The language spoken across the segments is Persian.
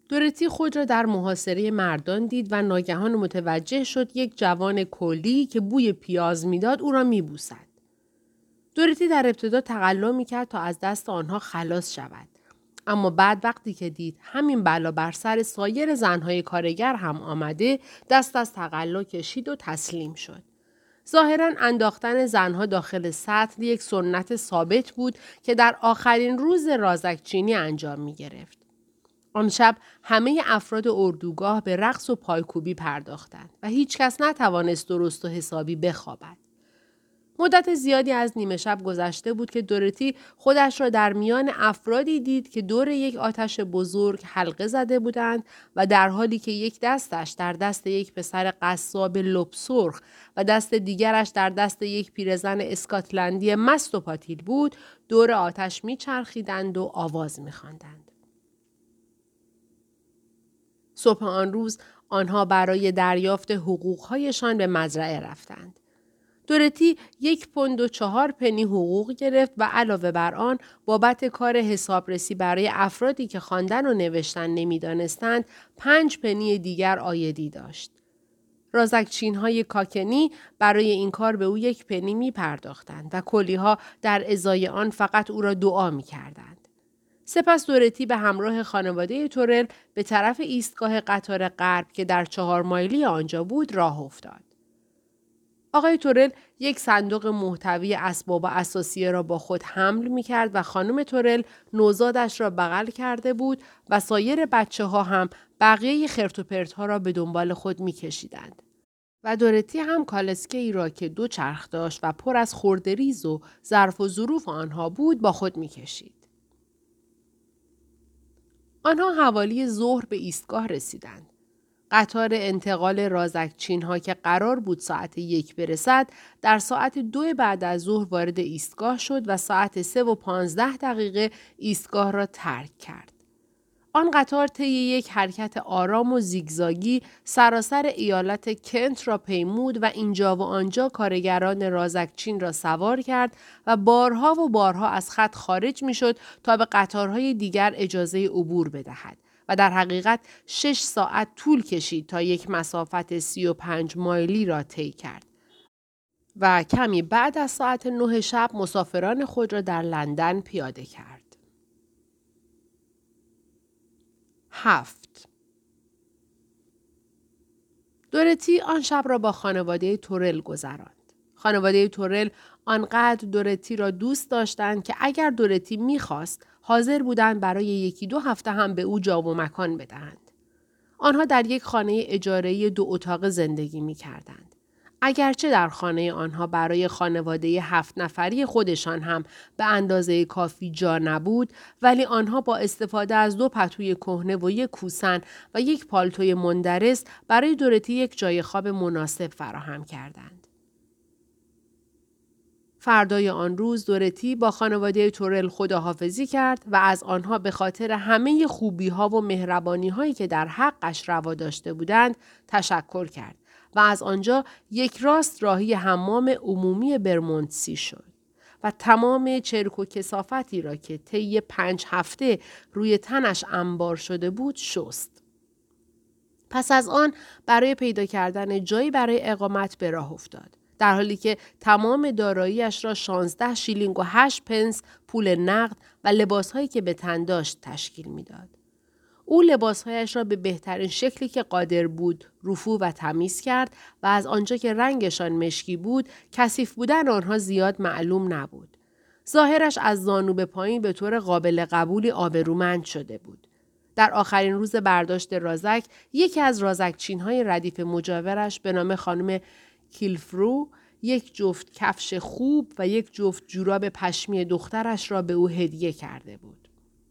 دورتی خود را در محاصره مردان دید و ناگهان متوجه شد یک جوان کلی که بوی پیاز میداد او را میبوسد. دورتی در ابتدا تقلا میکرد تا از دست آنها خلاص شود. اما بعد وقتی که دید همین بلا بر سر سایر زنهای کارگر هم آمده، دست از تقلا کشید و تسلیم شد. ظاهراً انداختن زنها داخل سطل یک سنت ثابت بود که در آخرین روز رازکچینی انجام می گرفت. آن شب همه افراد اردوگاه به رقص و پایکوبی پرداختند و هیچ کس نتوانست درست و حسابی بخوابد. مدت زیادی از نیمه شب گذشته بود که دورتی خودش را در میان افرادی دید که دور یک آتش بزرگ حلقه زده بودند و در حالی که یک دستش در دست یک پسر قصاب لب سرخ و دست دیگرش در دست یک پیرزن اسکاتلندی مست و پاتیل بود، دور آتش میچرخیدند و آواز میخواندند. صبح آن روز آنها برای دریافت حقوقهایشان به مزرعه رفتند. دورتی 1 پوند و 4 پنی حقوق گرفت و علاوه بر آن بابت کار حسابرسی برای افرادی که خواندن و نوشتن نمی‌دانستند 5 پنی دیگر عایدی داشت. رازکچین‌های کاکنی برای این کار به او 1 پنی می‌پرداختند و کلی‌ها در ازای آن فقط او را دعا می‌کردند. سپس دورتی به همراه خانواده تورل به طرف ایستگاه قطار غرب که در 4 مایلی آنجا بود راه افتاد. آقای تورل یک صندوق محتوی اسباب و اساسیه را با خود حمل می کرد و خانم تورل نوزادش را بغل کرده بود و سایر بچه ها هم بقیه خرت و پرت ها را به دنبال خود می کشیدند. و دورتی هم کالسکه ای را که 2 چرخ داشت و پر از خردریز و ظرف و ظروف آنها بود با خود می کشید. آنها حوالی ظهر به ایستگاه رسیدند. قطار انتقال رازکچین‌ها که قرار بود ساعت 1 برسد، در ساعت 2 بعد از ظهر وارد ایستگاه شد و ساعت 3 و 15 دقیقه ایستگاه را ترک کرد. آن قطار طی یک حرکت آرام و زیگزاگی سراسر ایالت کنت را پیمود و اینجا و آنجا کارگران رازکچین را سوار کرد و بارها و بارها از خط خارج می‌شد تا به قطارهای دیگر اجازه عبور بدهد. و در حقیقت 6 ساعت طول کشید تا یک مسافت 35 مایلی را طی کرد. و کمی بعد از ساعت 9 شب مسافران خود را در لندن پیاده کرد. 7. دورتی آن شب را با خانواده تورل گذراند. خانواده تورل آنقدر دورتی را دوست داشتند که اگر دورتی می‌خواست حاضر بودند برای 1-2 هفته هم به او جا و مکان بدهند. آنها در یک خانه اجاره‌ای 2 اتاقه زندگی می‌کردند. اگرچه در خانه آنها برای خانواده 7 نفری خودشان هم به اندازه کافی جا نبود، ولی آنها با استفاده از 2 پتوی کهنه و 1 کوسن و 1 پالتوی مندرس برای دورتی یک جای خواب مناسب فراهم کردند. فردای آن روز دورتی با خانواده تورل خداحافظی کرد و از آنها به خاطر همه خوبی‌ها و مهربانی‌هایی که در حقش روا داشته بودند تشکر کرد و از آنجا یک راست راهی حمام عمومی برمونتسی شد و تمام چرک و کثافتی را که طی 5 هفته روی تنش انبار شده بود شست. پس از آن برای پیدا کردن جایی برای اقامت به راه افتاد. در حالی که تمام دارایی‌اش را 16 شیلینگ و 8 پنس پول نقد و لباسهایی که به تن داشت تشکیل میداد. او لباسهایش را به بهترین شکلی که قادر بود رفو و تمیز کرد و از آنجا که رنگشان مشکی بود کثیف بودن آنها زیاد معلوم نبود. ظاهرش از زانو به پایین به طور قابل قبولی آبرومند شده بود. در آخرین روز برداشت رازک یکی از رازکچین‌های ردیف مجاورش به نام خانم کیلفرو 1 جفت کفش خوب و 1 جفت جوراب پشمی دخترش را به او هدیه کرده بود.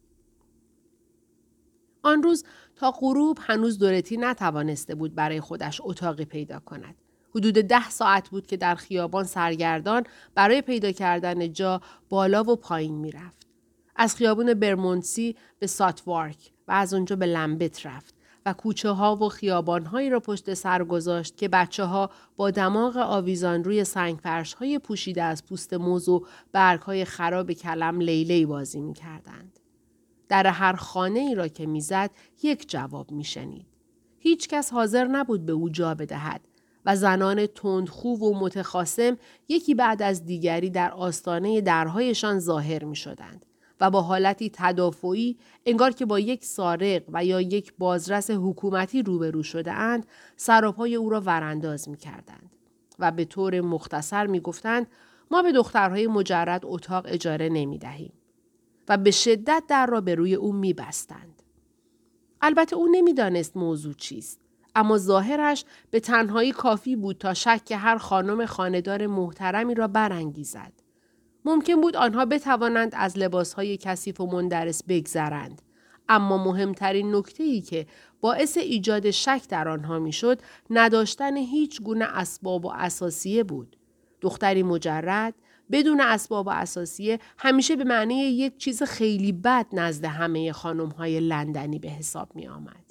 آن روز تا غروب هنوز دورتی نتوانسته بود برای خودش اتاقی پیدا کند. حدود 10 ساعت بود که در خیابان سرگردان برای پیدا کردن جا بالا و پایین می رفت. از خیابان برمونتسی به ساتوارک و از اونجا به لمبت رفت و کوچه ها و خیابان هایی را پشت سر گذاشت که بچه ها با دماغ آویزان روی سنگ فرش های پوشیده از پوست موز و برگ های خراب کلم لیلی بازی می کردند. در هر خانه ای را که میزد یک جواب میشنید. هیچ کس حاضر نبود به او جا بدهد و زنان تندخو و متخاصم یکی بعد از دیگری در آستانه درهایشان ظاهر می شدند و با حالتی تدافعی انگار که با یک سارق و یا یک بازرس حکومتی روبرو شده اند سراپای او را ورانداز می کردند و به طور مختصر می گفتند ما به دخترهای مجرد اتاق اجاره نمی دهیم و به شدت در را به روی او می بستند. البته او نمیدانست موضوع چیست، اما ظاهرش به تنهایی کافی بود تا شک هر خانم خانه‌دار محترمی را برانگیزد. ممکن بود آنها بتوانند از لباسهای کثیف و مندرس بگذرند، اما مهمترین نکته‌ای که باعث ایجاد شک در آنها میشد، نداشتن هیچ گونه اسباب و اساسیه بود. دختری مجرد بدون اسباب و اساسیه همیشه به معنی یک چیز خیلی بد نزد همه خانم‌های لندنی به حساب می آمد.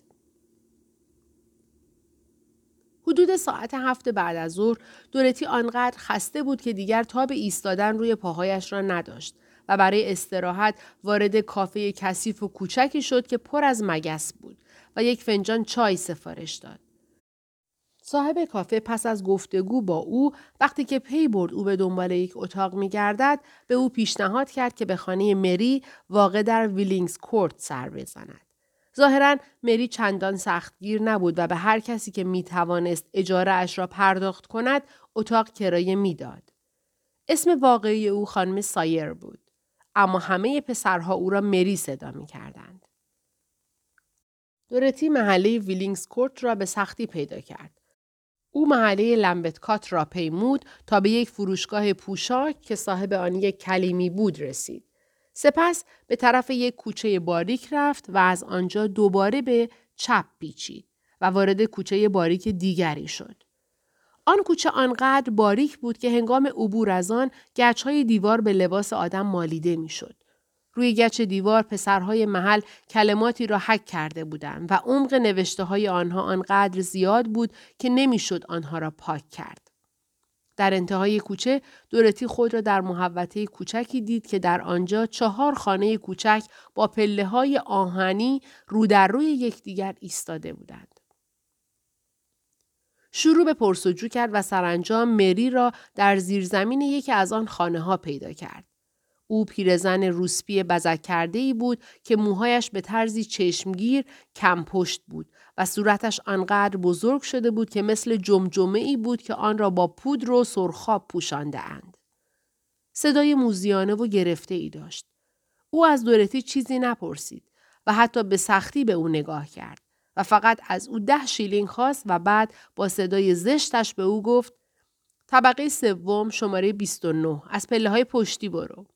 حدود ساعت 7 بعد از ظهر دورتی آنقدر خسته بود که دیگر تاب ایستادن روی پاهایش را نداشت و برای استراحت وارد کافه کثیف و کوچکی شد که پر از مگس بود و یک فنجان چای سفارش داد. صاحب کافه پس از گفتگو با او وقتی که پی برد او به دنبال یک اتاق می‌گردد به او پیشنهاد کرد که به خانه مری واقع در ویلینگز کورت سر بزند. ظاهراً مری چندان سختگیر نبود و به هر کسی که می‌توانست اجاره اش را پرداخت کند اتاق کرایه می‌داد. اسم واقعی او خانم سایر بود، اما همه پسرها او را مری صدا می‌کردند. دورتی محله ویلینگز کورت را به سختی پیدا کرد. او محله لمبتکات را پیمود تا به یک فروشگاه پوشاک که صاحب آن یک کلیمی بود رسید. سپس به طرف یک کوچه باریک رفت و از آنجا دوباره به چپ پیچید و وارد کوچه باریک دیگری شد. آن کوچه آنقدر باریک بود که هنگام عبور از آن گچ‌های دیوار به لباس آدم مالیده میشد. روی گچ دیوار پسرهای محل کلماتی را حک کرده بودند و عمق نوشته‌های آنها آنقدر زیاد بود که نمیشد آنها را پاک کرد. در انتهای کوچه دورتی خود را در محوطه کوچکی دید که در آنجا 4 خانه کوچک با پله‌های آهنی رو در روی یکدیگر ایستاده بودند. شروع به پرسجو کرد و سرانجام مری را در زیرزمین یکی از آن خانه‌ها پیدا کرد. او پیرزن روسپی بزک کرده‌ای بود که موهایش به طرزی چشمگیر کم پشت بود و صورتش آنقدر بزرگ شده بود که مثل جمجمه‌ای بود که آن را با پودر و سرخاب پوشانده اند. صدای موذیانه و گرفته‌ای داشت. او از دورتی چیزی نپرسید و حتی به سختی به او نگاه کرد و فقط از او 10 شیلینگ خواست و بعد با صدای زشتش به او گفت طبقه 3 شماره 29 از پله‌های پشتی برو.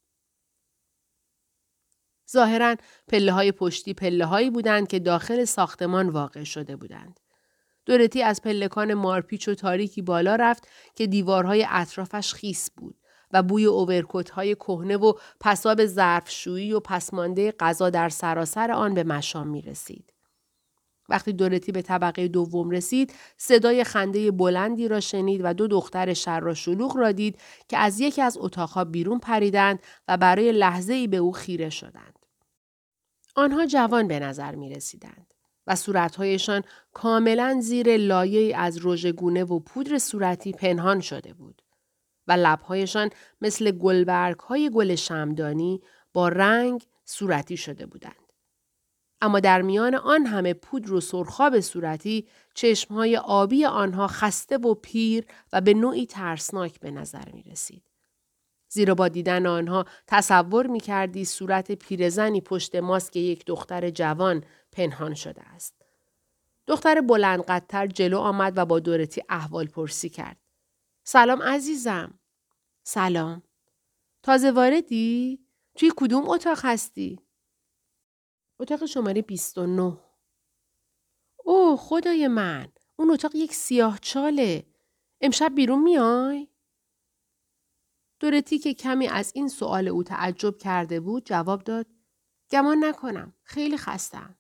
ظاهراً پله‌های پشتی پله‌هایی بودند که داخل ساختمان واقع شده بودند. دورتی از پلکان مارپیچ و تاریکی بالا رفت که دیوارهای اطرافش خیس بود و بوی اوورکوت‌های کهنه و پساب ظرفشویی و پسمانده غذا در سراسر آن به مشام می‌رسید. وقتی دورتی به طبقه 2 رسید، صدای خنده بلندی را شنید و 2 دختر شراشلوغ را دید که از یکی از اتاقها بیرون پریدند و برای لحظه‌ای به او خیره شدند. آنها جوان به نظر می رسیدند و صورتهایشان کاملا زیر لایه‌ای از رژ گونه و پودر صورتی پنهان شده بود و لبهایشان مثل گلبرگ‌های گل شمعدانی با رنگ صورتی شده بودند. اما در میان آن همه پودر و سرخاب صورتی چشمهای آبی آنها خسته و پیر و به نوعی ترسناک به نظر می رسید. زیرا با دیدن آنها تصور می کردی صورت پیرزنی پشت ماسک یک دختر جوان پنهان شده است. دختر بلند قدتر جلو آمد و با دورتی احوال پرسی کرد. سلام عزیزم. سلام. تازه واردی؟ توی کدوم اتاق هستی؟ اتاق شماره 29. اوه خدای من. اون اتاق یک سیاه چاله. امشب بیرون میای؟ دورتی که کمی از این سؤال او تعجب کرده بود جواب داد گمان نکنم. خیلی خستم.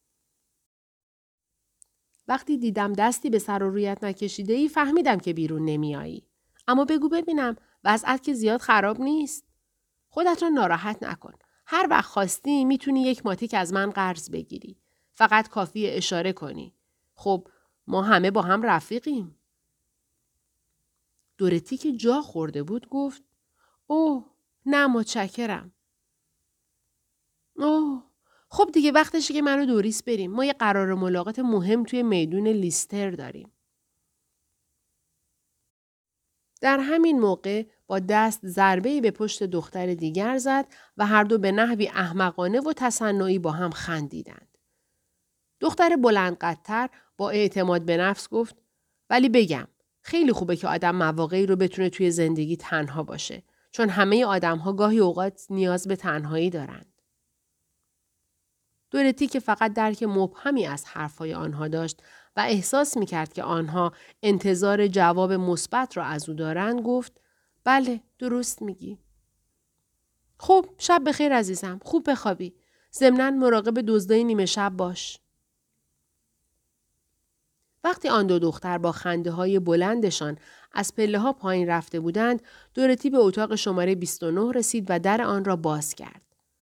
وقتی دیدم دستی به سر و رویت نکشیده ای فهمیدم که بیرون نمیایی. اما بگو ببینم وضعت که زیاد خراب نیست. خودت را ناراحت نکن. هر وقت خواستی میتونی یک ماتیک از من قرض بگیری. فقط کافیه اشاره کنی. خب ما همه با هم رفیقیم. دورتی که جا خورده بود گفت اوه نه متشکرم. اوه خب دیگه وقتشه که من و دوریس بریم. ما یه قرار ملاقات مهم توی میدون لیستر داریم. در همین موقع با دست ضربه‌ای به پشت دختر دیگر زد و هر دو به نحوی احمقانه و تصنعی با هم خندیدند. دختر بلند قدتر با اعتماد به نفس گفت ولی بگم خیلی خوبه که آدم مواقعی رو بتونه توی زندگی تنها باشه چون همه آدم‌ها گاهی اوقات نیاز به تنهایی دارن. دورتی که فقط درک مبهمی از حرفهای آنها داشت و احساس می‌کرد که آنها انتظار جواب مثبت را از او دارند گفت بله درست میگی. خب شب بخیر عزیزم. خوب بخوابی. ضمناً مراقب دزدای نیمه شب باش. وقتی آن دو دختر با خنده‌های بلندشان از پله‌ها پایین رفته بودند، دورتی به اتاق شماره 29 رسید و در آن را باز کرد.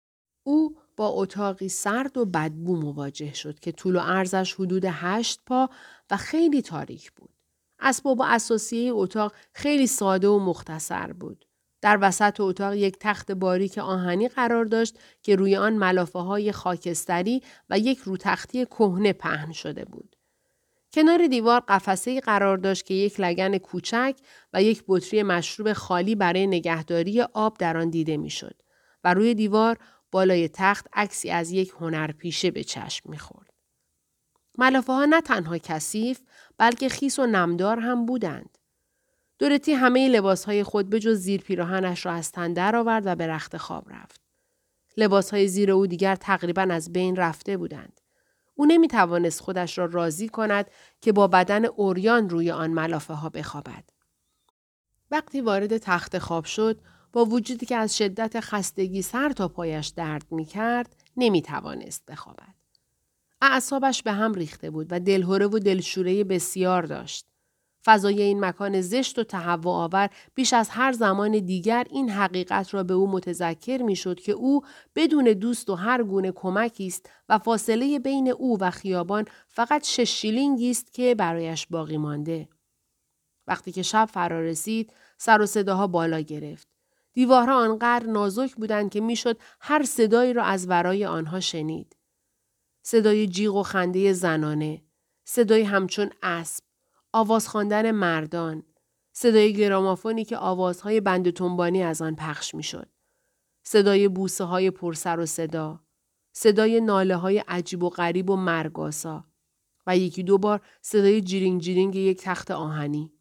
او با اتاقی سرد و بدبو مواجه شد که طول و عرضش حدود 8 پا و خیلی تاریک بود. اسباب اساسیه اتاق خیلی ساده و مختصر بود. در وسط اتاق یک تخت باریک آهنی قرار داشت که روی آن ملافه‌های خاکستری و یک روتختی کهنه پهن شده بود. کنار دیوار قفسه‌ای قرار داشت که یک لگن کوچک و یک بطری مشروب خالی برای نگهداری آب در آن دیده می‌شد و روی دیوار بالای تخت عکسی از یک هنرپیشه به چشم می‌خورد. ملافه‌ها نه تنها کثیف بلکه خیس و نمدار هم بودند. دورتی همه لباس‌های خود به جز زیر پیراهنش را از تن درآورد و به رخت خواب رفت. لباس‌های زیر او دیگر تقریباً از بین رفته بودند. او نمی‌توانست خودش را راضی کند که با بدن عریان روی آن ملافه‌ها بخوابد. وقتی وارد تخت خواب شد، با وجودی که از شدت خستگی سر تا پایش درد می‌کرد، نمی‌توانست بخوابد. اعصابش به هم ریخته بود و دلهره و دلشوره بسیار داشت. فضای این مکان زشت و تهوع آور بیش از هر زمان دیگر این حقیقت را به او متذکر می‌شد که او بدون دوست و هر گونه کمکی است و فاصله بین او و خیابان فقط 6 شیلینگی است که برایش باقی مانده. وقتی که شب فرا رسید، سر و صداها بالا گرفت. دیوارها آنقدر نازک بودند که میشد هر صدایی را از ورای آنها شنید. صدای جیغ و خنده زنانه، صدای همچون اسب، آواز خواندن مردان، صدای گرامافونی که آوازهای بند تنبانی از آن پخش میشد. صدای بوسه های پرسر و صدا، صدای ناله های عجیب و غریب و مرگاسا و یکی دو بار صدای جیرینگ جیرینگ یک تخت آهنی.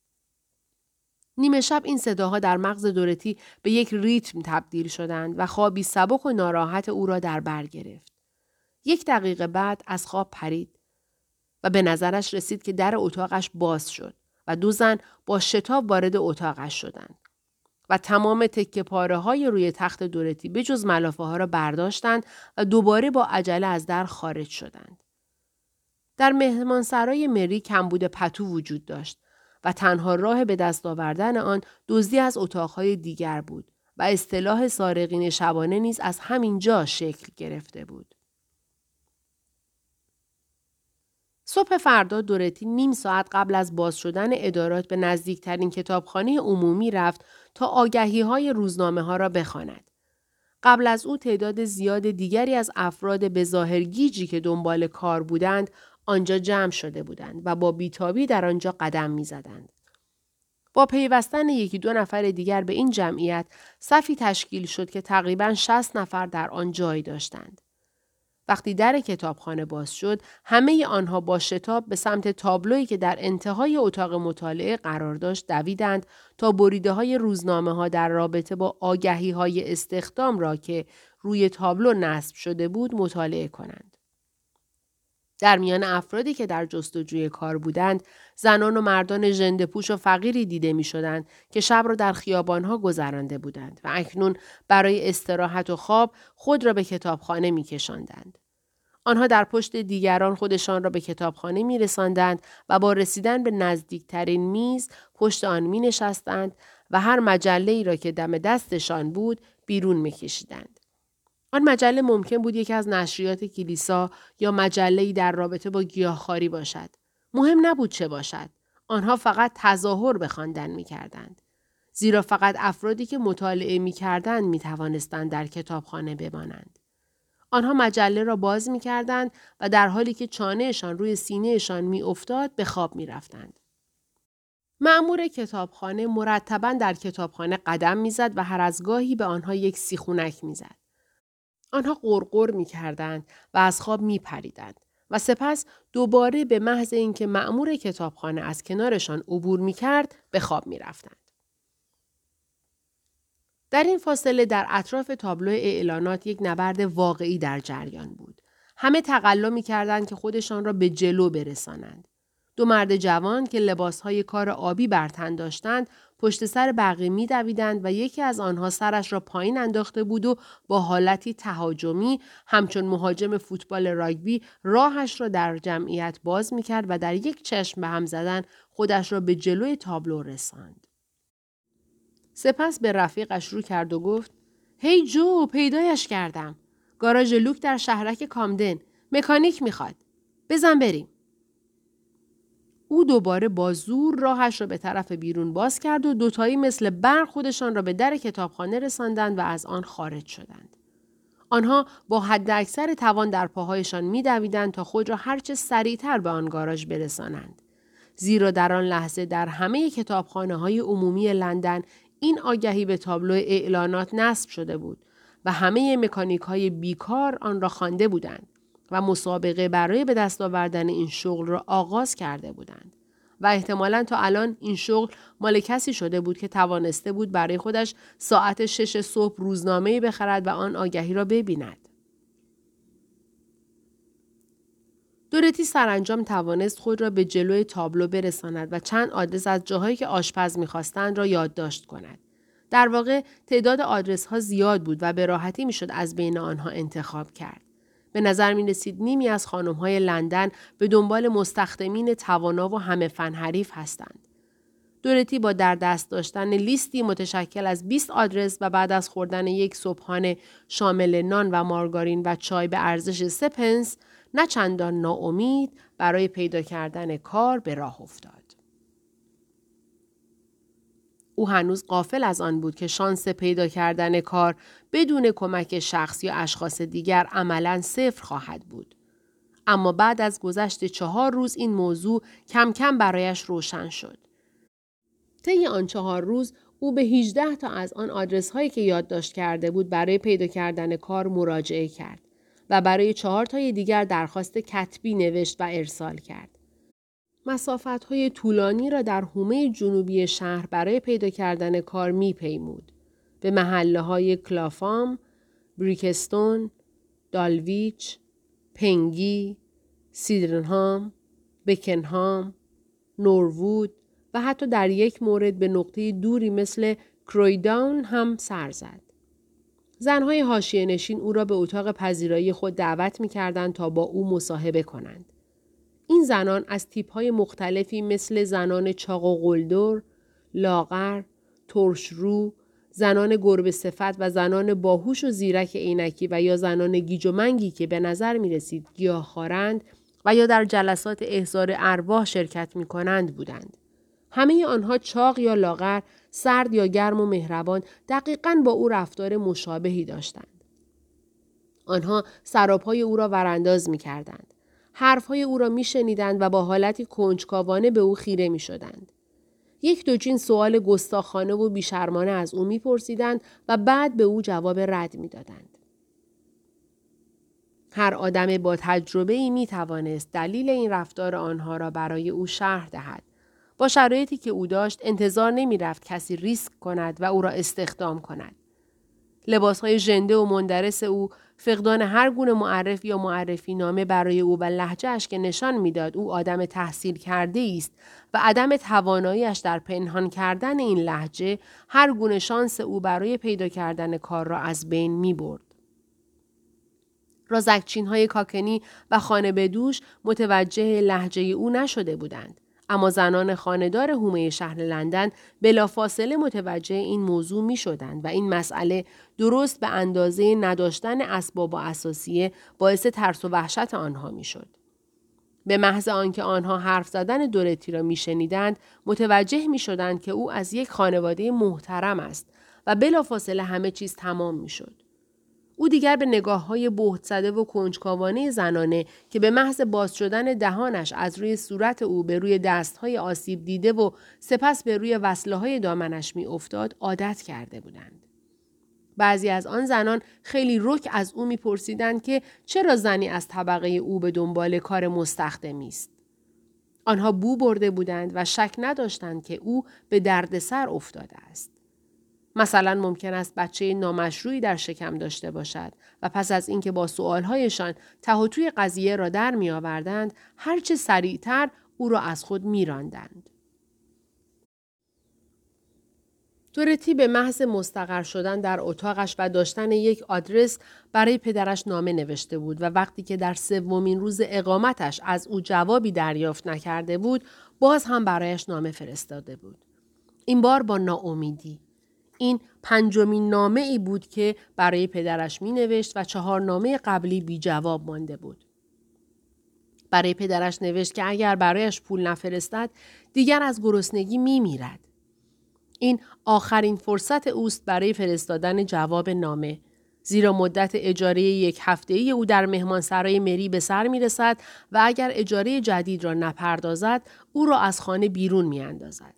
نیمه شب این صداها در مغز دورتی به یک ریتم تبدیل شدند و خوابی سبک و ناراحت او را در بر گرفت. 1 دقیقه بعد از خواب پرید و به نظرش رسید که در اتاقش باز شد و 2 زن با شتاب وارد اتاقش شدند و تمام تکه پاره های روی تخت دورتی به جز ملافه ها را برداشتند و دوباره با عجله از در خارج شدند. در مهمانسرای مری کمبود پتو وجود داشت و تنها راه به دست آوردن آن دزدی از اتاقهای دیگر بود و اصطلاح سارقین شبانه نیز از همین جا شکل گرفته بود. صبح فردا دورتی نیم ساعت قبل از باز شدن ادارات به نزدیکترین کتابخانه عمومی رفت تا آگهی‌های روزنامه‌ها را بخواند. قبل از او تعداد زیاد دیگری از افراد به ظاهر گیجی که دنبال کار بودند آنجا جمع شده بودند و با بیتابی در آنجا قدم می‌زدند. با پیوستن 1-2 نفر دیگر به این جمعیت صفی تشکیل شد که تقریباً 60 نفر در آن جای داشتند. وقتی در کتابخانه باز شد، همه آنها با شتاب به سمت تابلویی که در انتهای اتاق مطالعه قرار داشت دویدند تا بریده‌های روزنامه‌ها در رابطه با آگهی‌های استخدام را که روی تابلو نصب شده بود مطالعه کنند. در میان افرادی که در جستجوی کار بودند، زنان و مردان ژنده‌پوش و فقیری دیده می‌شدند که شب را در خیابان‌ها گذرانده بودند و اکنون برای استراحت و خواب خود را به کتابخانه می‌کشاندند. آنها در پشت دیگران خودشان را به کتابخانه می‌رساندند و با رسیدن به نزدیکترین میز پشت آن می‌نشستند و هر مجله‌ای را که دم دستشان بود بیرون می‌کشیدند. آن مجله ممکن بود یکی از نشریات کلیسا یا مجله‌ای در رابطه با گیاهخواری باشد. مهم نبود چه باشد. آنها فقط تظاهر به خواندن می‌کردند. زیرا فقط افرادی که مطالعه می‌کردند می‌توانستند در کتابخانه بمانند. آنها مجله را باز می‌کردند و در حالی که چانه‌شان روی سینه‌شان می‌افتاد به خواب می‌رفتند. مأمور کتابخانه مرتباً در کتابخانه قدم می‌زد و هر از گاهی به آنها یک سیخونک می‌زد. آنها غرغر می‌کردند و از خواب می‌پریدند و سپس دوباره به محض اینکه مأمور کتابخانه از کنارشان عبور می‌کرد به خواب می‌رفتند. در این فاصله در اطراف تابلو اعلانات یک نبرد واقعی در جریان بود. همه تقلا می‌کردند که خودشان را به جلو برسانند. دو مرد جوان که لباسهای کار آبی بر تن داشتند پشت سر بقیه می‌دویدند و یکی از آنها سرش را پایین انداخته بود و با حالتی تهاجمی همچون مهاجم فوتبال راگبی راهش را در جمعیت باز می‌کرد و در یک چشم به هم زدن خودش را به جلوی تابلو رساند. سپس به رفیقش رو کرد و گفت: هی جو، پیدایش کردم. گاراژ لوک در شهرک کامدن. مکانیک میخواد. بزن بریم. او دوباره با زور راهش را به طرف بیرون باز کرد و دوتایی مثل برق خودشان را به در کتابخانه رساندند و از آن خارج شدند. آنها با حداکثر توان در پاهایشان می‌دویدند تا خود را هرچه سریعتر به آن گاراژ برسانند. زیرا در آن لحظه در همه کتابخانه‌های عمومی لندن این آگهی به تابلو اعلانات نصب شده بود و همه مکانیک‌های بیکار آن را خوانده بودند و مسابقه برای به دست آوردن این شغل را آغاز کرده بودند. و احتمالاً تا الان این شغل مال کسی شده بود که توانسته بود برای خودش ساعت 6 صبح روزنامه‌ای بخرد و آن آگهی را ببیند. دورتی سرانجام توانست خود را به جلوی تابلو برساند و چند آدرس از جاهایی که آشپز می‌خواستند را یادداشت کند. در واقع تعداد آدرس‌ها زیاد بود و به راحتی می‌شد از بین آنها انتخاب کرد. به نظر می‌رسید نیمی از خانم‌های لندن به دنبال مستخدمین توانا و همه فن حریف هستند. دورتی با در دست داشتن لیستی متشکل از 20 آدرس و بعد از خوردن یک صبحانه شامل نان و مارگارین و چای به ارزش 3 پنس نه چندان ناامید برای پیدا کردن کار به راه افتاد. او هنوز غافل از آن بود که شانس پیدا کردن کار بدون کمک شخص یا اشخاص دیگر عملاً صفر خواهد بود. اما بعد از گذشت 4 روز این موضوع کم کم برایش روشن شد. طی آن 4 روز او به 18 تا از آن آدرس هایی که یادداشت کرده بود برای پیدا کردن کار مراجعه کرد و برای 4 تای دیگر درخواست کتبی نوشت و ارسال کرد. مسافت‌های طولانی را در حومه جنوبی شهر برای پیدا کردن کار می‌پیمود. به محله‌های کلافام، بریکستون، دالویچ، پنگی، سیدرنهام، بکنهام، نوروود و حتی در یک مورد به نقطه دوری مثل کرویداون هم سر زد. زنهای حاشیه نشین او را به اتاق پذیرایی خود دعوت می‌کردند تا با او مصاحبه کنند. این زنان از تیپ‌های مختلفی مثل زنان چاق و قلدر، لاغر، ترشرو، زنان گربه صفت و زنان باهوش و زیرک عینکی و یا زنان گیج و منگی که به نظر می‌رسید گیاهخوارند و یا در جلسات احضار ارواح شرکت می‌کنند بودند. همه آنها چاق یا لاغر، سرد یا گرم و مهربان دقیقاً با او رفتار مشابهی داشتند. آنها سراپای او را ورانداز می‌کردند. حرفهای او را می‌شنیدند و با حالتی کنجکاوانه به او خیره می‌شدند. یک دو چین سوال گستاخانه و بیشرمانه از او می‌پرسیدند و بعد به او جواب رد می‌دادند. هر آدم با تجربه‌ای می‌توانست دلیل این رفتار آنها را برای او شرح دهد. با شرایطی که او داشت انتظار نمی‌رفت کسی ریسک کند و او را استخدام کند. لباسهای ژنده و مندرس او، فقدان هر گونه معرف یا معرفی نامه برای او و لهجه‌اش که نشان می‌داد او آدم تحصیل کرده است و عدم توانایی‌اش در پنهان کردن این لهجه هر گونه شانس او برای پیدا کردن کار را از بین می‌برد. رازکچین‌های کاکنی و خانه به دوش متوجه لهجه او نشده بودند. اما زنان خانه‌دار حومه شهر لندن بلافاصله متوجه این موضوع می شدند و این مسئله درست به اندازه نداشتن اسباب و اساسیه باعث ترس و وحشت آنها می شد. به محض آنکه آنها حرف زدن دورتی را می شنیدند متوجه می شدند که او از یک خانواده محترم است و بلافاصله همه چیز تمام می شد. او دیگر به نگاه‌های بهت زده و کنجکاوانه زنانه که به محض باز شدن دهانش از روی صورت او به روی دست‌های آسیب دیده و سپس به روی وصله‌های دامنش می‌افتاد عادت کرده بودند. بعضی از آن زنان خیلی رک از او می‌پرسیدند که چرا زنی از طبقه او به دنبال کار مستخدمی است. آنها بو برده بودند و شک نداشتند که او به دردسر افتاده است. مثلا ممکن است بچه نامشروعی در شکم داشته باشد و پس از اینکه با سؤالهایشان ته و توی قضیه را در می آوردند هرچه سریعتر او را از خود می راندند. دورتی به محض مستقر شدن در اتاقش و داشتن یک آدرس برای پدرش نامه نوشته بود و وقتی که در 3مین روز اقامتش از او جوابی دریافت نکرده بود باز هم برایش نامه فرستاده بود. این بار با ناامیدی. این 5مین نامه ای بود که برای پدرش می نوشت و 4 نامه قبلی بی جواب مانده بود. برای پدرش نوشت که اگر برایش پول نفرستد دیگر از گرسنگی می میرد. این آخرین فرصت اوست برای فرستادن جواب نامه. زیرا مدت اجاره 1 هفته‌ای او در مهمانسرای مری به سر می رسد و اگر اجاره جدید را نپردازد او را از خانه بیرون می اندازد.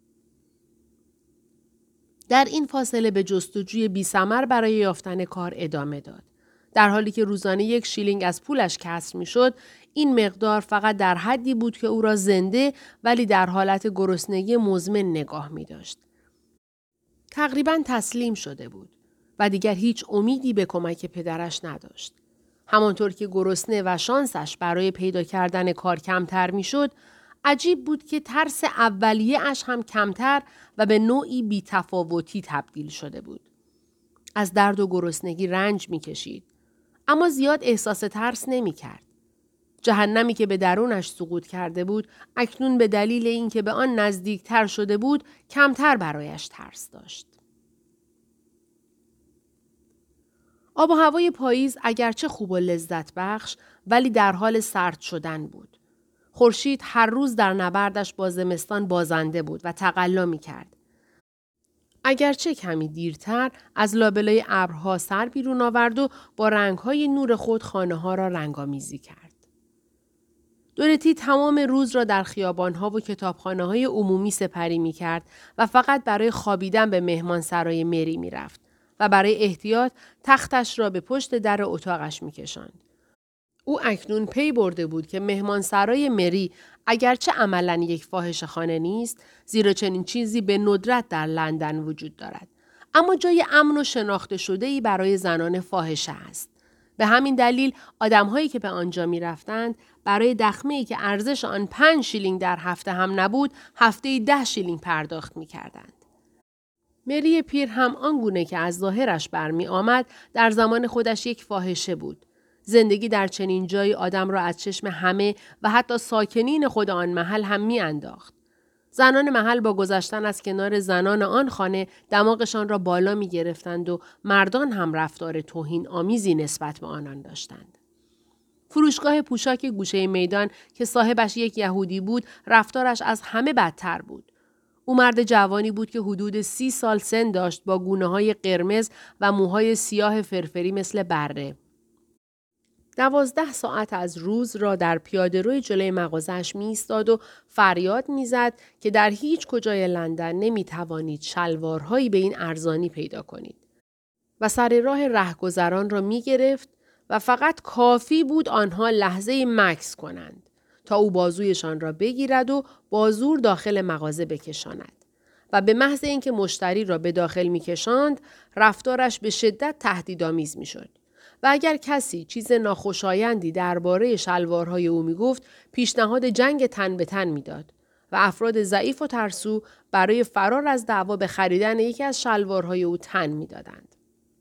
در این فاصله به جستجوی بی‌ثمر برای یافتن کار ادامه داد. در حالی که روزانه 1 شیلینگ از پولش کسر می‌شد، این مقدار فقط در حدی بود که او را زنده ولی در حالت گرسنگی مزمن نگاه می‌داشت. تقریباً تسلیم شده بود و دیگر هیچ امیدی به کمک پدرش نداشت. همانطور که گرسنه و شانسش برای پیدا کردن کار کمتر می‌شد، عجیب بود که ترس اولیه اش هم کمتر و به نوعی بی‌تفاوتی تبدیل شده بود. از درد و گرسنگی رنج می‌کشید، اما زیاد احساس ترس نمی‌کرد. جهنمی که به درونش سقوط کرده بود، اکنون به دلیل اینکه به آن نزدیکتر شده بود، کمتر برایش ترس داشت. آب و هوای پاییز اگرچه خوب و لذت بخش، ولی در حال سرد شدن بود. خورشید هر روز در نبردش با زمستان بازنده بود و تقلا می‌کرد. اگرچه کمی دیرتر از لابلای ابرها سر بیرون آورد و با رنگ‌های نور خود خانه‌ها را رنگ‌آمیزی کرد. دورتی تمام روز را در خیابان‌ها و کتابخانه‌های عمومی سپری می‌کرد و فقط برای خوابیدن به مهمانسرای مری می‌رفت و برای احتیاط تختش را به پشت در اتاقش می‌کشاند. او اکنون پی برده بود که مهمانسرای مری اگرچه عملاً یک فاحشه‌خانه نیست، زیرا چنین چیزی به ندرت در لندن وجود دارد، اما جای امن و شناخته شده‌ای برای زنان فاحشه است. به همین دلیل آدم‌هایی که به آنجا می‌رفتند برای دخمه‌ای که ارزش آن 5 شیلینگ در هفته هم نبود، هفته‌ای 10 شیلینگ پرداخت می‌کردند. مری پیر هم آنگونه که از ظاهرش برمی آمد در زمان خودش یک فاحشه بود. زندگی در چنین جایی آدم را از چشم همه و حتی ساکنین خود آن محل هم می انداخت. زنان محل با گذشتن از کنار زنان آن خانه دماغشان را بالا می گرفتند و مردان هم رفتار توهین آمیزی نسبت به آنان داشتند. فروشگاه پوشاک گوشه میدان که صاحبش یک یهودی بود رفتارش از همه بدتر بود. او مرد جوانی بود که حدود 30 سال سن داشت با گونه‌های قرمز و موهای سیاه فرفری مثل بره. 12 ساعت از روز را در پیاده‌روی جلوی مغازه‌اش می‌ایستاد و فریاد می‌زد که در هیچ کجای لندن نمی‌توانید شلوارهایی به این ارزانی پیدا کنید. و سر راه رهگذران را می‌گرفت و فقط کافی بود آنها لحظه‌ای مکث کنند تا او بازویشان را بگیرد و با زور داخل مغازه بکشاند. و به محض اینکه مشتری را به داخل می‌کشاند، رفتارش به شدت تهدیدآمیز می‌شد. و اگر کسی چیز ناخوشایندی درباره شلوارهای او می‌گفت، پیشنهاد جنگ تن به تن می‌داد و افراد ضعیف و ترسو برای فرار از دعوا به خریدن یکی از شلوارهای او تن می‌دادند.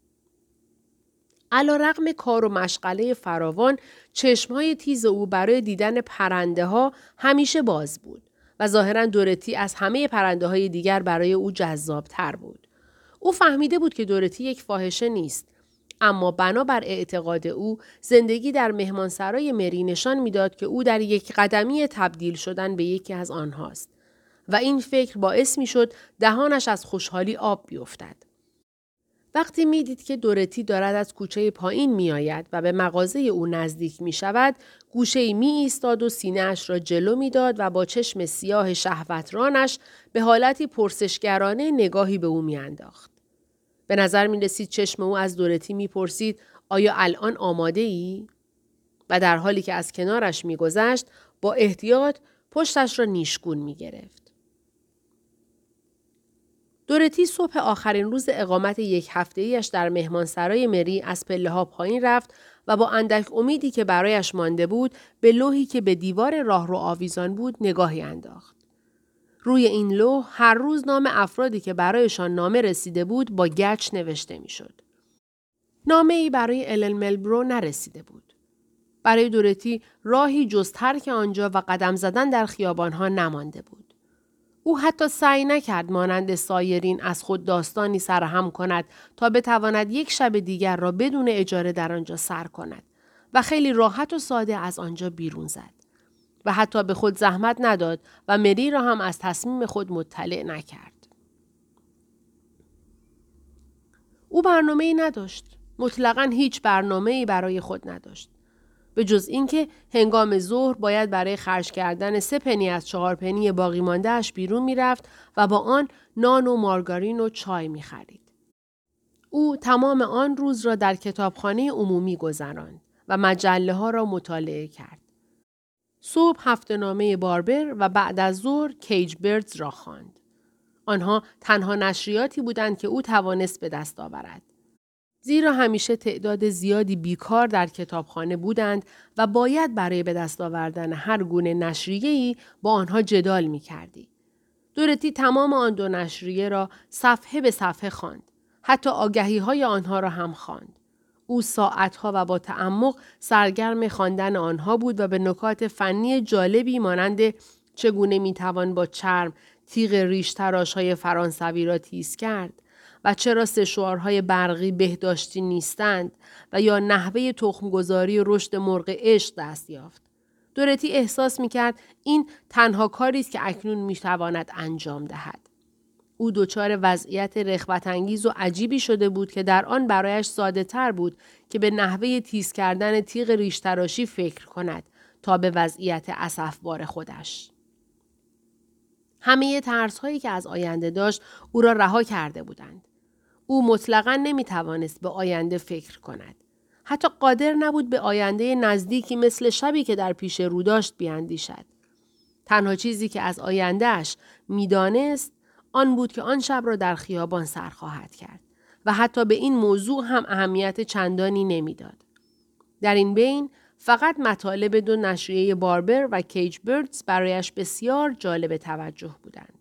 علی‌رغم کار و مشغله فراوان، چشم‌های تیز او برای دیدن پرنده‌ها همیشه باز بود و ظاهراً دورتی از همه پرنده‌های دیگر برای او جذاب‌تر بود. او فهمیده بود که دورتی یک فاحشه نیست، اما بنابر اعتقاد او زندگی در مهمانسرای مری نشان می‌داد که او در یک قدمی تبدیل شدن به یکی از آنهاست و این فکر باعث می‌شد دهانش از خوشحالی آب بیفتد. وقتی میدید که دورتی دارد از کوچه پایین میآید و به مغازه او نزدیک می شود، گوشه‌ای می ایستاد و سینه‌اش را جلو می داد و با چشم سیاه شهوترانش به حالتی پرسشگرانه نگاهی به او می انداخت. به نظر می رسید چشم او از دورتی می پرسید آیا الان آماده ای؟ و در حالی که از کنارش می گذشت با احتیاط پشتش را نیشگون می گرفت. دورتی صبح آخرین روز اقامت یک هفته‌ایش در مهمانسرای مری از پله‌ها پایین رفت و با اندک امیدی که برایش مانده بود به لوحی که به دیوار راهرو آویزان بود نگاهی انداخت. روی این لوح هر روز نام افرادی که برایشان نامه رسیده بود با گچ نوشته می‌شد. نامه‌ای برای الن ملبرو نرسیده بود. برای دورتی راهی جز ترک آنجا و قدم زدن در خیابان‌ها نمانده بود. او حتی سعی نکرد مانند سایرین از خود داستانی سرهم کند تا بتواند یک شب دیگر را بدون اجاره در آنجا سر کند و خیلی راحت و ساده از آنجا بیرون زد و حتی به خود زحمت نداد و مری را هم از تصمیم خود مطلع نکرد. او برنامه‌ای نداشت. مطلقاً هیچ برنامه‌ای برای خود نداشت. به جز اینکه هنگام ظهر باید برای خرج کردن 3 پنی از 4 پنی باقی مانده اش بیرون می رفت و با آن نان و مارگارین و چای می خرید. او تمام آن روز را در کتابخانه عمومی گذراند و مجله ها را مطالعه کرد. صبح هفته‌نامه باربر و بعد از ظهر کیج بردز را خواند. آنها تنها نشریاتی بودند که او توانست به دست آورد. زیرا همیشه تعداد زیادی بیکار در کتابخانه بودند و باید برای به دست آوردن هر گونه نشریه‌ای با آنها جدال می‌کردی. دورتی تمام آن 2 نشریه را صفحه به صفحه خواند. حتی آگهی‌های آنها را هم خواند. او ساعتها و با تعمق سرگرم خواندن آنها بود و به نکات فنی جالبی مانند چگونه می‌توان با چرم تیغ ریش تراش‌های فرانسوی را تیز کرد و چرا سشوارهای برقی بهداشتی نیستند و یا نحوه تخمگذاری و رشد مرغ عشق دست یافت. دورتی احساس می‌کرد این تنها کاری است که اکنون می‌تواند انجام دهد. او دچار وضعیت رغبت‌انگیز و عجیبی شده بود که در آن برایش ساده‌تر بود که به نحوه تیز کردن تیغ ریش تراشی فکر کند تا به وضعیت اسفبار خودش. همه ترس‌هایی که از آینده داشت او را رها کرده بودند. او مطلقاً نمی‌توانست به آینده فکر کند. حتی قادر نبود به آینده نزدیکی مثل شبی که در پیش رو داشت بیاندیشد. تنها چیزی که از آینده‌اش می‌دانست آن بود که آن شب را در خیابان سر خواهد کرد و حتی به این موضوع هم اهمیت چندانی نمی‌داد. در این بین فقط مطالب 2 نشریه باربر و کیج بردز برایش بسیار جالب توجه بودند.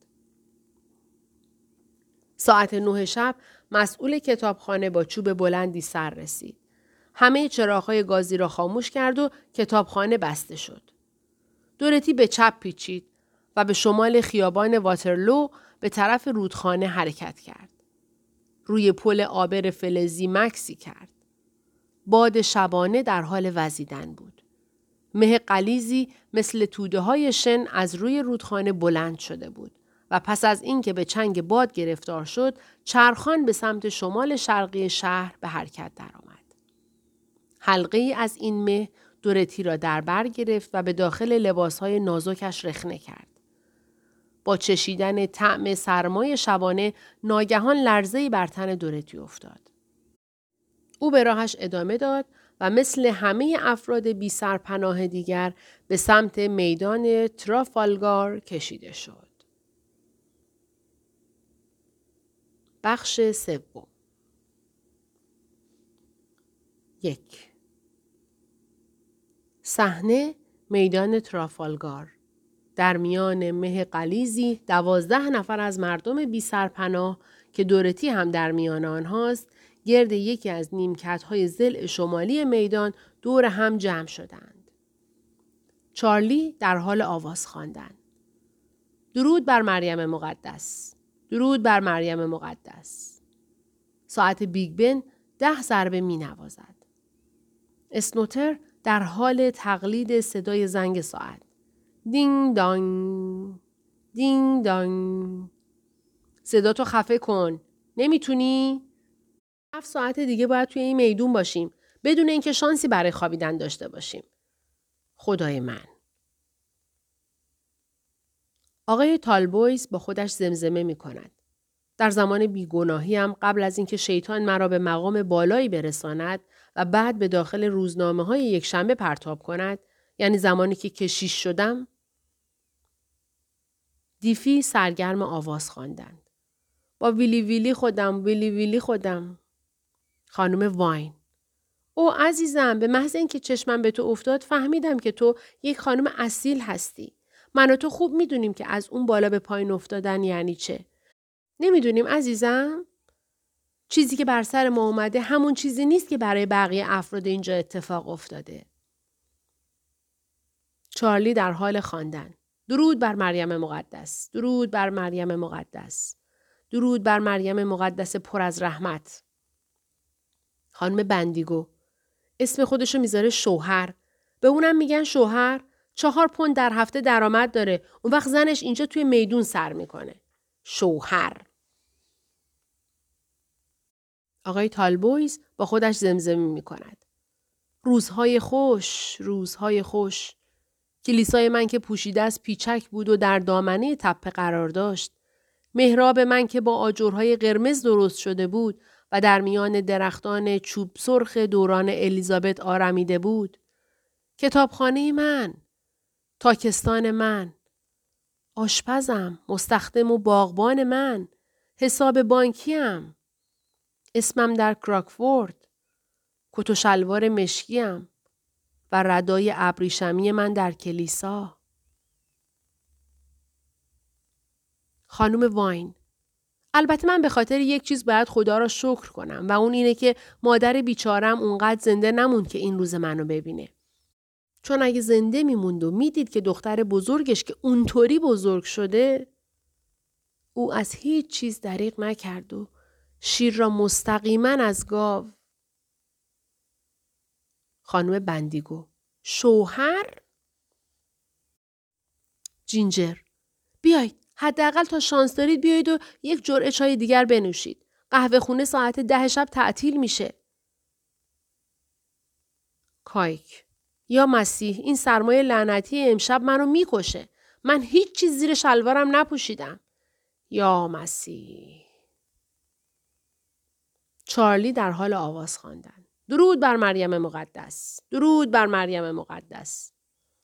ساعت 9 شب مسئول کتابخانه با چوب بلندی سر رسید. همه چراغ‌های گازی را خاموش کرد و کتابخانه بسته شد. دورتی به چپ پیچید و به شمال خیابان واترلو به طرف رودخانه حرکت کرد. روی پل عابر فلزی مکسی کرد. باد شبانه در حال وزیدن بود. مه غلیظی مثل توده‌های شن از روی رودخانه بلند شده بود و پس از اینکه به چنگ باد گرفتار شد، چرخان به سمت شمال شرقی شهر به حرکت درآمد. حلقه‌ای از این مه دورتی را در بر گرفت و به داخل لباسهای نازکش رخنه کرد. با چشیدن طعم سرمای شبانه ناگهان لرزه‌ای بر تن دورتی افتاد. او به راهش ادامه داد و مثل همه افراد بی سرپناه دیگر به سمت میدان ترافالگار کشیده شد. بخش 3. 1. صحنه میدان ترافالگار. در میان مه غلیظی 12 نفر از مردم بی سرپناه که دورتی هم در میان آنهاست گرد یکی از نیمکت‌های ضلع شمالی میدان دور هم جمع شدند. چارلی در حال آواز خواندن. درود بر مریم مقدس. درود بر مریم مقدس. ساعت بیگ بن 10 ضربه می نوازد. اسنوتر در حال تقلید صدای زنگ ساعت. دینگ دانگ. دینگ دانگ. صداتو خفه کن. نمیتونی؟ 7 ساعت دیگه باید توی این میدون باشیم بدون اینکه شانسی برای خوابیدن داشته باشیم. خدای من. آقای تالبویز با خودش زمزمه می کند. در زمان بیگناهیم قبل از اینکه شیطان مرا به مقام بالایی برساند و بعد به داخل روزنامه‌های یکشنبه پرتاب کند، یعنی زمانی که کشیش شدم، دیفی سرگرم آواز خواندن. با ویلی ویلی خودم، ویلی ویلی خودم. خانم واین. او عزیزم، به محض اینکه چشمم به تو افتاد فهمیدم که تو یک خانم اصیل هستی. من و تو خوب میدونیم که از اون بالا به پایین افتادن یعنی چه. نمیدونیم عزیزم؟ چیزی که بر سر ما اومده همون چیزی نیست که برای بقیه افراد اینجا اتفاق افتاده. چارلی در حال خواندن. درود بر مریم مقدس. درود بر مریم مقدس. درود بر مریم مقدس پر از رحمت. خانم بندیگو. اسم خودشو میذاره شوهر. به اونم میگن شوهر. 4 پوند در هفته درآمد داره. اون وقت زنش اینجا توی میدون سر میکنه. شوهر. آقای تالبویز با خودش زمزمه میکند. روزهای خوش، روزهای خوش. کلیسای من که پوشیده از پیچک بود و در دامنه تپه قرار داشت. محراب من که با آجرهای قرمز درست شده بود و در میان درختان چوب سرخ دوران الیزابت آرمیده بود. کتابخانه من. تاکستان من. آشپزم، مستخدم و باغبان من. حساب بانکیم. اسمم در کراکفورد. کت و شلوار مشکیم. و ردای ابریشمی من در کلیسا. خانم واین. البته من به خاطر یک چیز باید خدا را شکر کنم و اون اینه که مادر بیچارم اونقدر زنده نموند که این روز منو ببینه. چون اگه زنده میموند و میدید که دختر بزرگش که اونطوری بزرگ شده، او از هیچ چیز دریغ نکرد و شیر را مستقیما از گاو. خانم بندیگو. شوهر؟ جینجر. بیایید. حداقل تا شانس دارید بیایید و یک جرعه چای دیگر بنوشید. قهوه خونه ساعت 10 شب تعطیل میشه. کایک. یا مسیح، این سرمایه لعنتی امشب منو میکشه. من هیچ چیز زیر شلوارم نپوشیدم. یا مسیح. چارلی در حال آواز خواندن. درود بر مریم مقدس. درود بر مریم مقدس.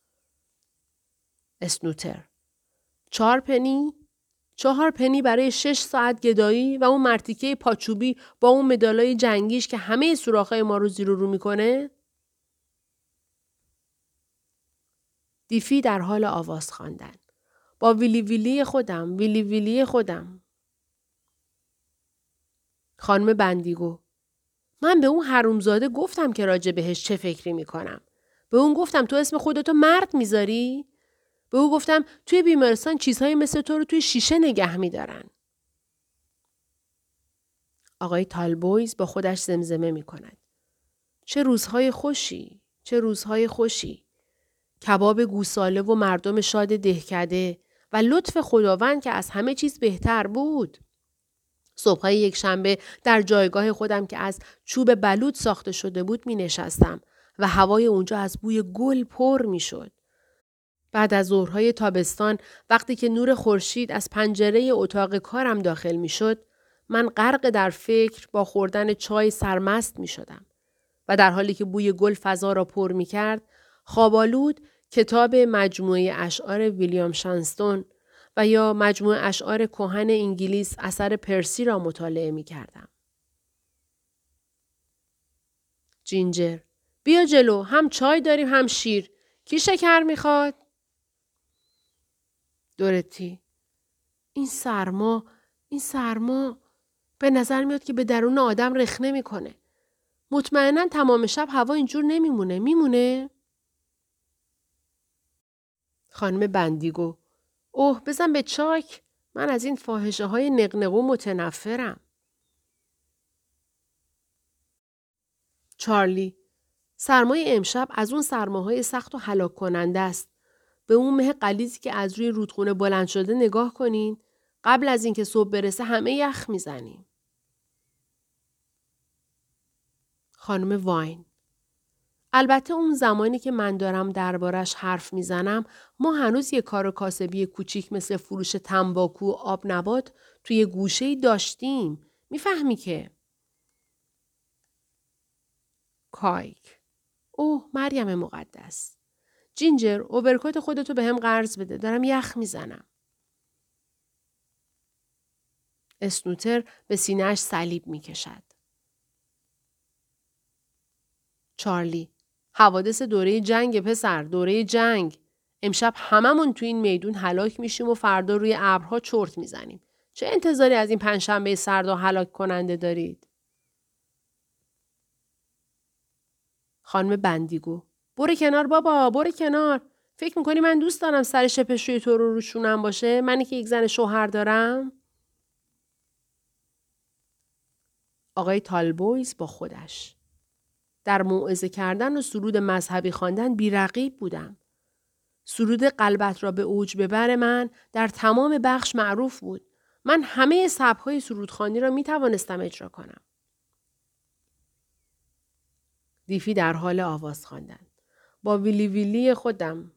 اسنوتر. 4 پنی؟ 4 پنی برای 6 ساعت گدایی و اون مرتیکه پاچوبی با اون مدالای جنگیش که همه سوراخ‌های ما رو زیر و رو میکنه؟ دیفی در حال آواز خواندن. با ویلی ویلی خودم، ویلی ویلی خودم. خانم بندیگو. من به اون حرومزاده گفتم که راجع بهش چه فکری میکنم. به اون گفتم تو اسم خودتو مرد میذاری؟ به او گفتم توی بیمارستان چیزهایی مثل تو رو توی شیشه نگه میدارن. آقای تالبویز با خودش زمزمه میکند. چه روزهای خوشی، چه روزهای خوشی. کباب گوساله و مردم شاد دهکده و لطف خداوند که از همه چیز بهتر بود. صبحهای یک شنبه در جایگاه خودم که از چوب بلوط ساخته شده بود می نشستم و هوای اونجا از بوی گل پر می شد. بعد از ظهرهای تابستان وقتی که نور خورشید از پنجره اتاق کارم داخل می شد، من غرق در فکر با خوردن چای سرمست می شدم. و در حالی که بوی گل فضا را پر می کرد، خوابالود کتاب مجموعه اشعار ویلیام شانستون و یا مجموعه اشعار کهن انگلیس اثر پرسی را مطالعه می کردم. جینجر. بیا جلو، هم چای داریم هم شیر. کی شکر می خواد؟ دورتی. این سرما به نظر میاد که به درون آدم رخنه میکنه. مطمئناً تمام شب هوا اینجور میمونه؟ خانم بندیگو. اوه بزن به چاک. من از این فاحشه های نقنقو متنفرم. چارلی: سرمای امشب از اون سرماهای سخت و هلاک کننده است. به اون مه غلیظی که از روی رودخونه بلند شده نگاه کنین. قبل از اینکه صبح برسه همه یخ میزنیم. خانم واین: البته اون زمانی که من دارم دربارش حرف میزنم ما هنوز یه کار کاسبی کوچیک مثل فروش تنباکو و آب نبات توی گوشه‌ای داشتیم. میفهمی که؟ کایک: اوه مریم مقدس. جینجر اوورکوت خودتو به هم قرض بده. دارم یخ میزنم. اسنوتر به سینه‌اش صلیب میکشد. چارلی: حوادث دوره جنگ پسر، دوره جنگ. امشب هممون تو این میدون هلاک میشیم و فردا روی ابرها چرت میزنیم. چه انتظاری از این پنجشنبه سرد و هلاک کننده دارید؟ خانم بندیگو: برو کنار بابا، برو کنار. فکر میکنی من دوست دارم سر شپشوی تو رو روشونم باشه؟ منی که یک زن شوهر دارم؟ آقای تالبویز با خودش: در موعظه کردن و سرود مذهبی خواندن بی‌رقیب بودم. سرود قلبت را به اوج ببر من در تمام بخش معروف بود. من همه سبک‌های سرودخوانی را می توانستم اجرا کنم. دیفی در حال آواز خواندن. با ویلی ویلی خودم.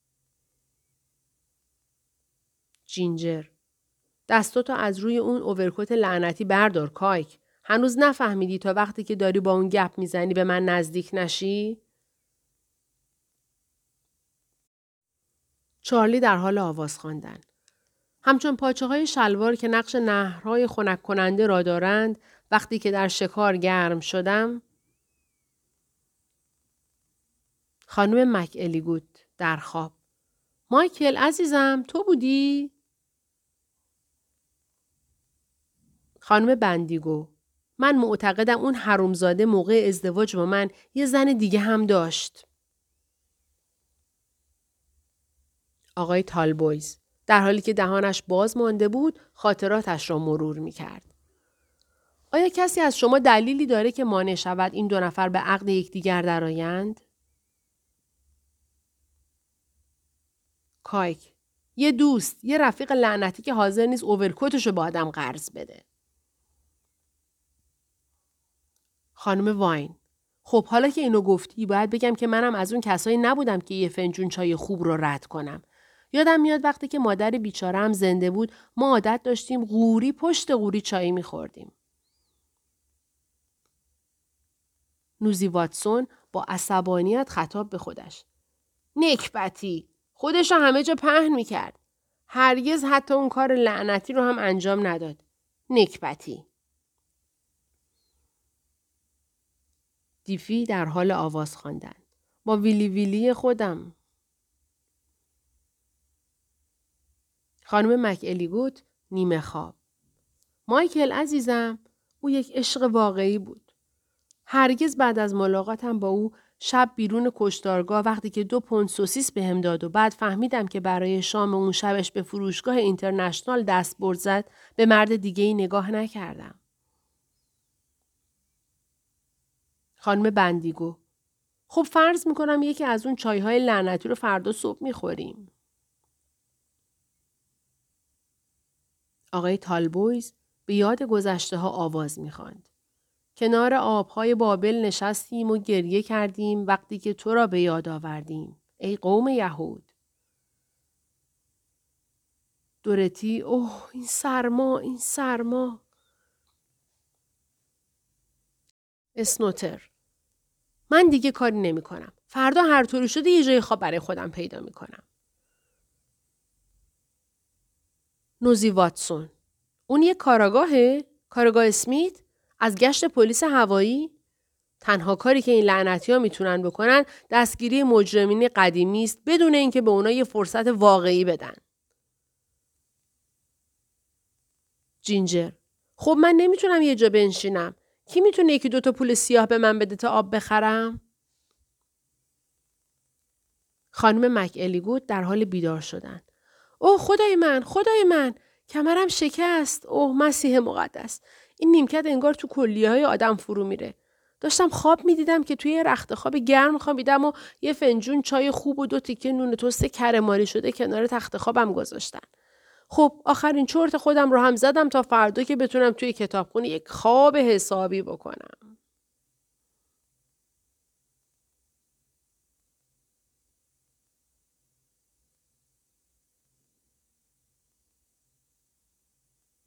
جینجر: دستاتو از روی اون اوورکوت لعنتی بردار کایک. هنوز نفهمیدی تا وقتی که داری با اون گپ میزنی به من نزدیک نشی؟ چارلی در حال آواز خواندن. همچون پاچه های شلوار که نقش نهرهای خنک کننده را دارند وقتی که در شکار گرم شدم. خانم مک الیگوت در خواب: مایکل عزیزم تو بودی؟ خانم بندیگو: من معتقدم اون حرومزاده موقع ازدواج با من یه زن دیگه هم داشت. آقای تالبویز در حالی که دهانش باز مانده بود خاطراتش را مرور می کرد. آیا کسی از شما دلیلی داره که مانع شود این دو نفر به عقد یکدیگر درآیند؟ کایک: یه دوست، یه رفیق لعنتی که حاضر نیست اوورکوتشو با آدم قرض بده. خانم واین: خب حالا که اینو گفتی باید بگم که منم از اون کسایی نبودم که یه فنجون چای خوب رو رد کنم. یادم میاد وقتی که مادر بیچاره‌ام زنده بود ما عادت داشتیم قوری پشت قوری چای میخوردیم. نوزی واتسون با عصبانیت خطاب به خودش: نکبتی، خودش رو همه جا پهن میکرد. هرگز حتی اون کار لعنتی رو هم انجام نداد. نکبتی. دیفی در حال آواز خواندن. با ویلی ویلی خودم. خانم مک الیگوت نیمه خواب: مایکل عزیزم، او یک عشق واقعی بود. هرگز بعد از ملاقاتم با او شب بیرون کشتارگاه وقتی که 2 پوند سوسیس بهم داد و بعد فهمیدم که برای شام اون شبش به فروشگاه اینترنشنال دست برد زد به مرد دیگه‌ای نگاه نکردم. خانم بندیگو: خب فرض میکنم یکی از اون چایهای لعنتی رو فردا صبح میخوریم. آقای تالبویز به یاد گذشته ها آواز میخواند. کنار آبهای بابل نشستیم و گریه کردیم وقتی که تو را به یاد آوردیم. ای قوم یهود. دورتی: اوه این سرما، این سرما. اسنوتر: من دیگه کاری نمی کنم. فردا هر طوری شده یه جای خواب برای خودم پیدا می کنم. نوزی واتسون: اون یه کاراگاهه؟ کاراگاه اسمیت؟ از گشت پلیس هوایی؟ تنها کاری که این لعنتی‌ها میتونن بکنن دستگیری مجرمین قدیمی است بدون اینکه به اونا یه فرصت واقعی بدن. جینجر: خب من نمیتونم یه جا بنشینم. کی میتونه 1-2 تا پول سیاه به من بده تا آب بخرم؟ خانم مک الیگوت در حال بیدار شدن. اوه خدای من، کمرم شکست. اوه مسیح مقدس، این نیمکت انگار تو کلیه‌های آدم فرو میره. داشتم خواب میدیدم که توی رخت خواب گرم خوابیدم و یه فنجون چای خوب و 2 تیکه نون توست کره‌ماری شده کنار تخت خوابم گذاشتن. خب آخرین چرت خودم رو هم زدم تا فردا که بتونم توی کتابخونه یک خواب حسابی بکنم.